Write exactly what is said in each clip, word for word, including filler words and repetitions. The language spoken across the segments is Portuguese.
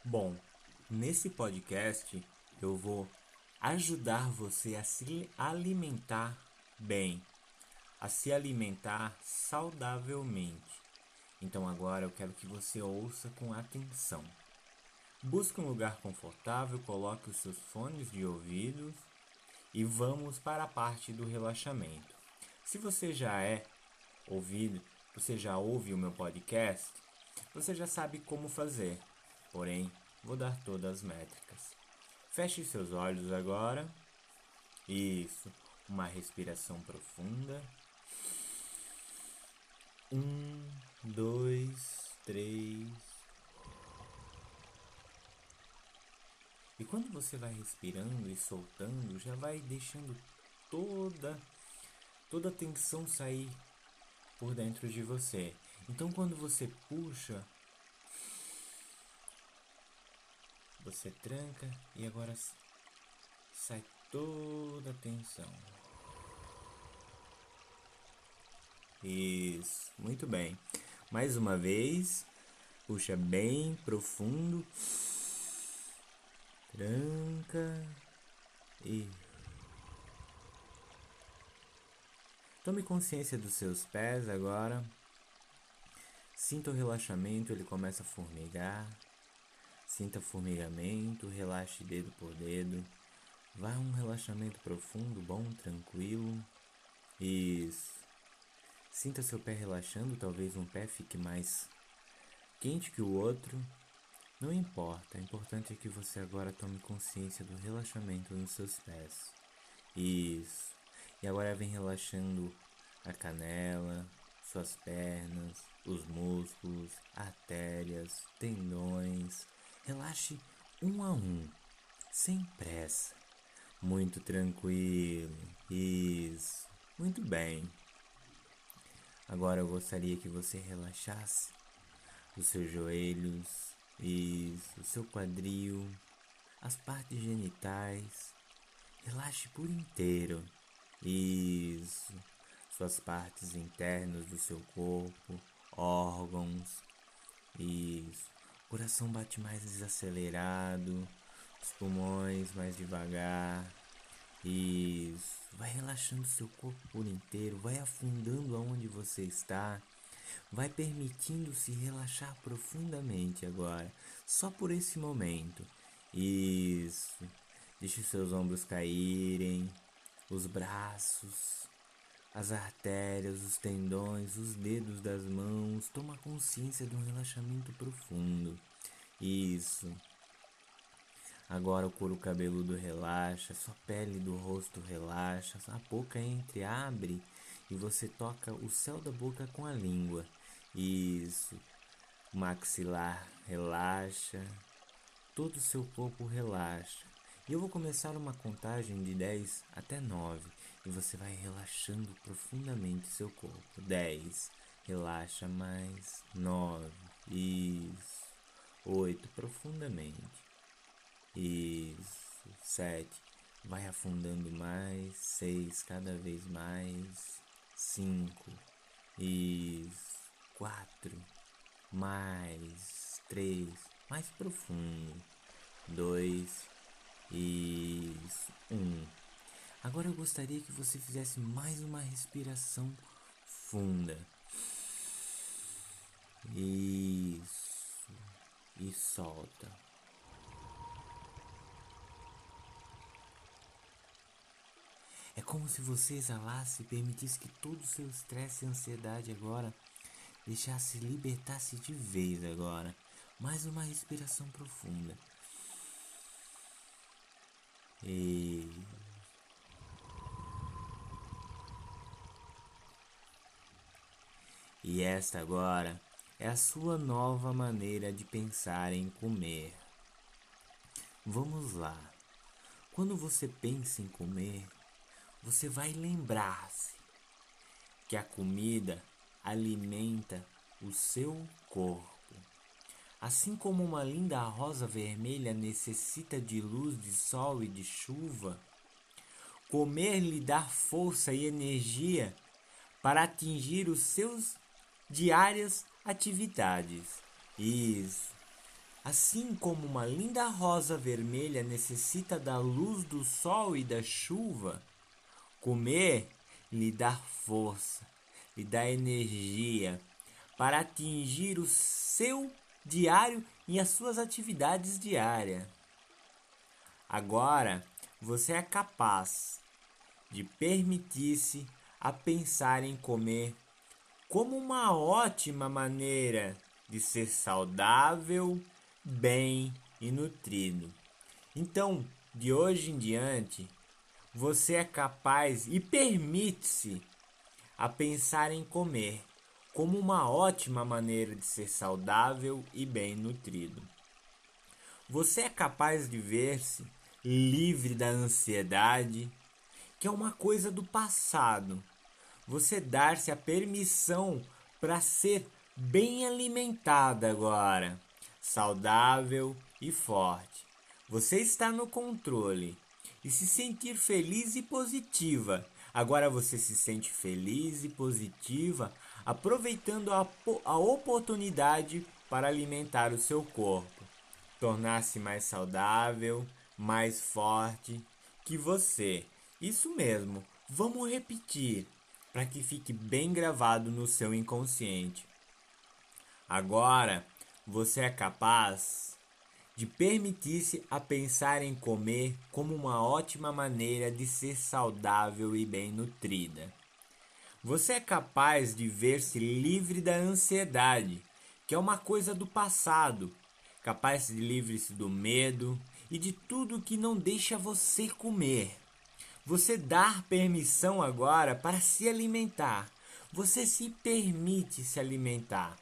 Bom, nesse podcast eu vou ajudar você a se alimentar bem, a se alimentar saudavelmente. Então agora eu quero que você ouça com atenção. Busque um lugar confortável, coloque os seus fones de ouvidos e vamos para a parte do relaxamento. Se você já é ouvido, você já ouve o meu podcast, você já sabe como fazer. Porém, vou dar todas as métricas. Feche seus olhos agora. Isso. Uma respiração profunda. Um, dois, três. E quando você vai respirando e soltando, já vai deixando toda toda a tensão sair por dentro de você. Então quando você puxa, você tranca e agora sai toda a tensão. Isso, muito bem. Mais uma vez, puxa bem profundo, tranca e tome consciência dos seus pés agora. Sinta o relaxamento, ele começa a formigar. Sinta formigamento, relaxe dedo por dedo. Vá um relaxamento profundo, bom, tranquilo. Isso. Sinta seu pé relaxando, talvez um pé fique mais quente que o outro. Não importa, o importante é que você agora tome consciência do relaxamento nos seus pés. Isso. E agora vem relaxando a canela, suas pernas, os músculos, artérias, tendões. Relaxe um a um, sem pressa. Muito tranquilo. Isso. Muito bem. Agora eu gostaria que você relaxasse os seus joelhos, isso, o seu quadril, as partes genitais. Relaxe por inteiro. Isso. Suas partes internas do seu corpo, órgãos. Isso. O coração bate mais desacelerado, os pulmões mais devagar. Isso. Vai relaxando seu corpo por inteiro, vai afundando aonde você está. Vai permitindo-se relaxar profundamente agora, só por esse momento. Isso. Deixe seus ombros caírem, os braços, as artérias, os tendões, os dedos das mãos. Toma consciência de um relaxamento profundo. Isso. Agora o couro cabeludo relaxa, sua pele do rosto relaxa, a boca entreabre e você toca o céu da boca com a língua. Isso. O maxilar relaxa, todo o seu corpo relaxa. E eu vou começar uma contagem de dez até nove e você vai relaxando profundamente seu corpo. dez, relaxa mais. nove, isso. oito, profundamente. Isso. sete, vai afundando mais. seis, cada vez mais. cinco, isso. quatro, mais. três, mais profundo. dois, isso. um. Agora eu gostaria que você fizesse mais uma respiração funda. Isso. E solta. É como se você exalasse e permitisse que todo o seu estresse e ansiedade agora deixasse libertar-se de vez agora. Mais uma respiração profunda. E... e esta agora é a sua nova maneira de pensar em comer. Vamos lá. Quando você pensa em comer, você vai lembrar-se que a comida alimenta o seu corpo. Assim como uma linda rosa vermelha necessita de luz, de sol e de chuva, comer lhe dá força e energia para atingir os seus diárias atividades. Isso. Assim como uma linda rosa vermelha necessita da luz do sol e da chuva, comer lhe dá força, lhe dá energia para atingir o seu diário e as suas atividades diárias. Agora, você é capaz de permitir-se a pensar em comer como uma ótima maneira de ser saudável, bem e nutrido. Então, de hoje em diante, você é capaz e permite-se a pensar em comer como uma ótima maneira de ser saudável e bem nutrido. Você é capaz de ver-se livre da ansiedade, que é uma coisa do passado. Você dar-se a permissão para ser bem alimentada agora, saudável e forte. Você está no controle e se sentir feliz e positiva. Agora você se sente feliz e positiva, aproveitando a, a oportunidade para alimentar o seu corpo, tornar-se mais saudável, mais forte que você. Isso mesmo, vamos repetir para que fique bem gravado no seu inconsciente. Agora, você é capaz de permitir-se a pensar em comer como uma ótima maneira de ser saudável e bem nutrida. Você é capaz de ver-se livre da ansiedade, que é uma coisa do passado, capaz de livre-se do medo e de tudo que não deixa você comer. Você dá permissão agora para se alimentar. Você se permite se alimentar,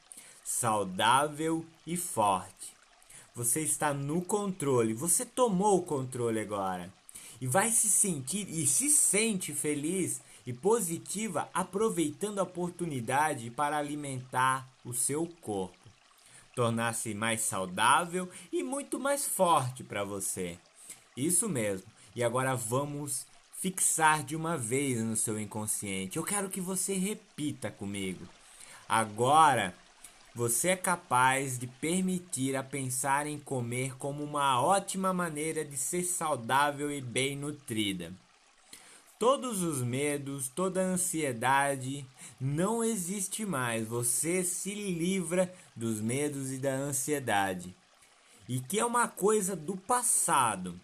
saudável e forte. Você está no controle, você tomou o controle agora. E vai se sentir e se sente feliz e positiva aproveitando a oportunidade para alimentar o seu corpo. Tornar-se mais saudável e muito mais forte para você. Isso mesmo. E agora vamos fixar de uma vez no seu inconsciente. Eu quero que você repita comigo. Agora, você é capaz de permitir a pensar em comer como uma ótima maneira de ser saudável e bem nutrida. Todos os medos, toda a ansiedade não existe mais. Você se livra dos medos e da ansiedade. E que é uma coisa do passado.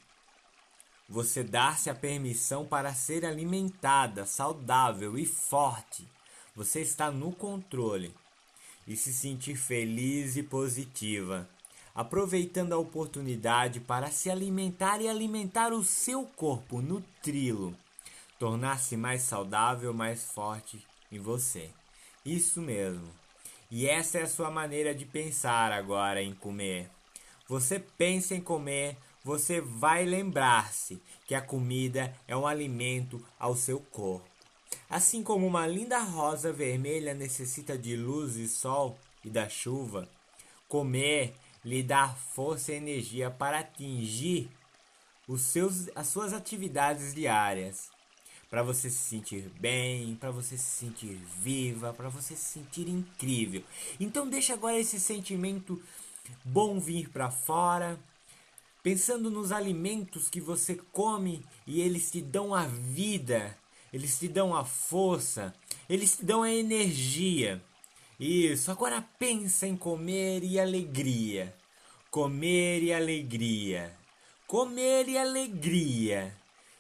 Você dar-se a permissão para ser alimentada, saudável e forte. Você está no controle e se sentir feliz e positiva, aproveitando a oportunidade para se alimentar e alimentar o seu corpo, nutri-lo, tornar-se mais saudável, mais forte em você. Isso mesmo. E essa é a sua maneira de pensar agora em comer. Você pensa em comer, você vai lembrar-se que a comida é um alimento ao seu corpo. Assim como uma linda rosa vermelha necessita de luz e sol e da chuva, comer lhe dá força e energia para atingir os seus, as suas atividades diárias. Para você se sentir bem, para você se sentir viva, para você se sentir incrível. Então deixa agora esse sentimento bom vir para fora, pensando nos alimentos que você come e eles te dão a vida, eles te dão a força, eles te dão a energia. Isso, agora pensa em comer e alegria. Comer e alegria. Comer e alegria.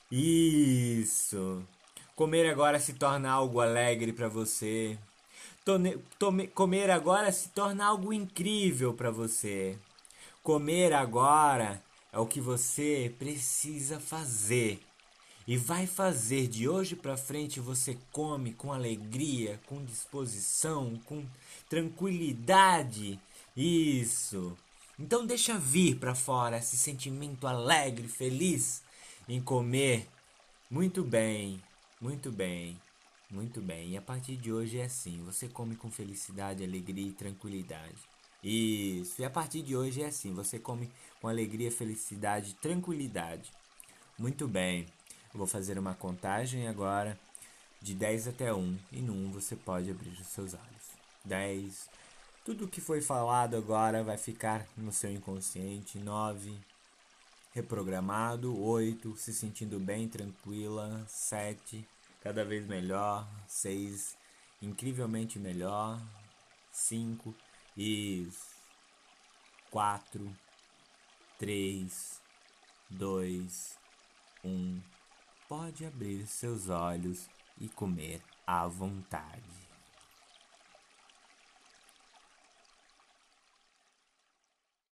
Isso. Comer agora se torna algo alegre para você. Tome, tome, comer agora se torna algo incrível para você. Comer agora é o que você precisa fazer. E vai fazer de hoje para frente. Você come com alegria, com disposição, com tranquilidade. Isso. Então deixa vir para fora esse sentimento alegre, feliz em comer. Muito bem, muito bem, muito bem. E a partir de hoje é assim. Você come com felicidade, alegria e tranquilidade. Isso. E a partir de hoje é assim. Você come com alegria, felicidade e tranquilidade. Muito bem. Eu vou fazer uma contagem agora de dez até um. E no um você pode abrir os seus olhos. dez, Tudo que foi falado agora vai ficar no seu inconsciente. Nove, reprogramado. Oito, se sentindo bem, tranquila. Sete, cada vez melhor. Seis, incrivelmente melhor. Cinco, isso. Quatro, três, dois, um. Pode abrir seus olhos e comer à vontade.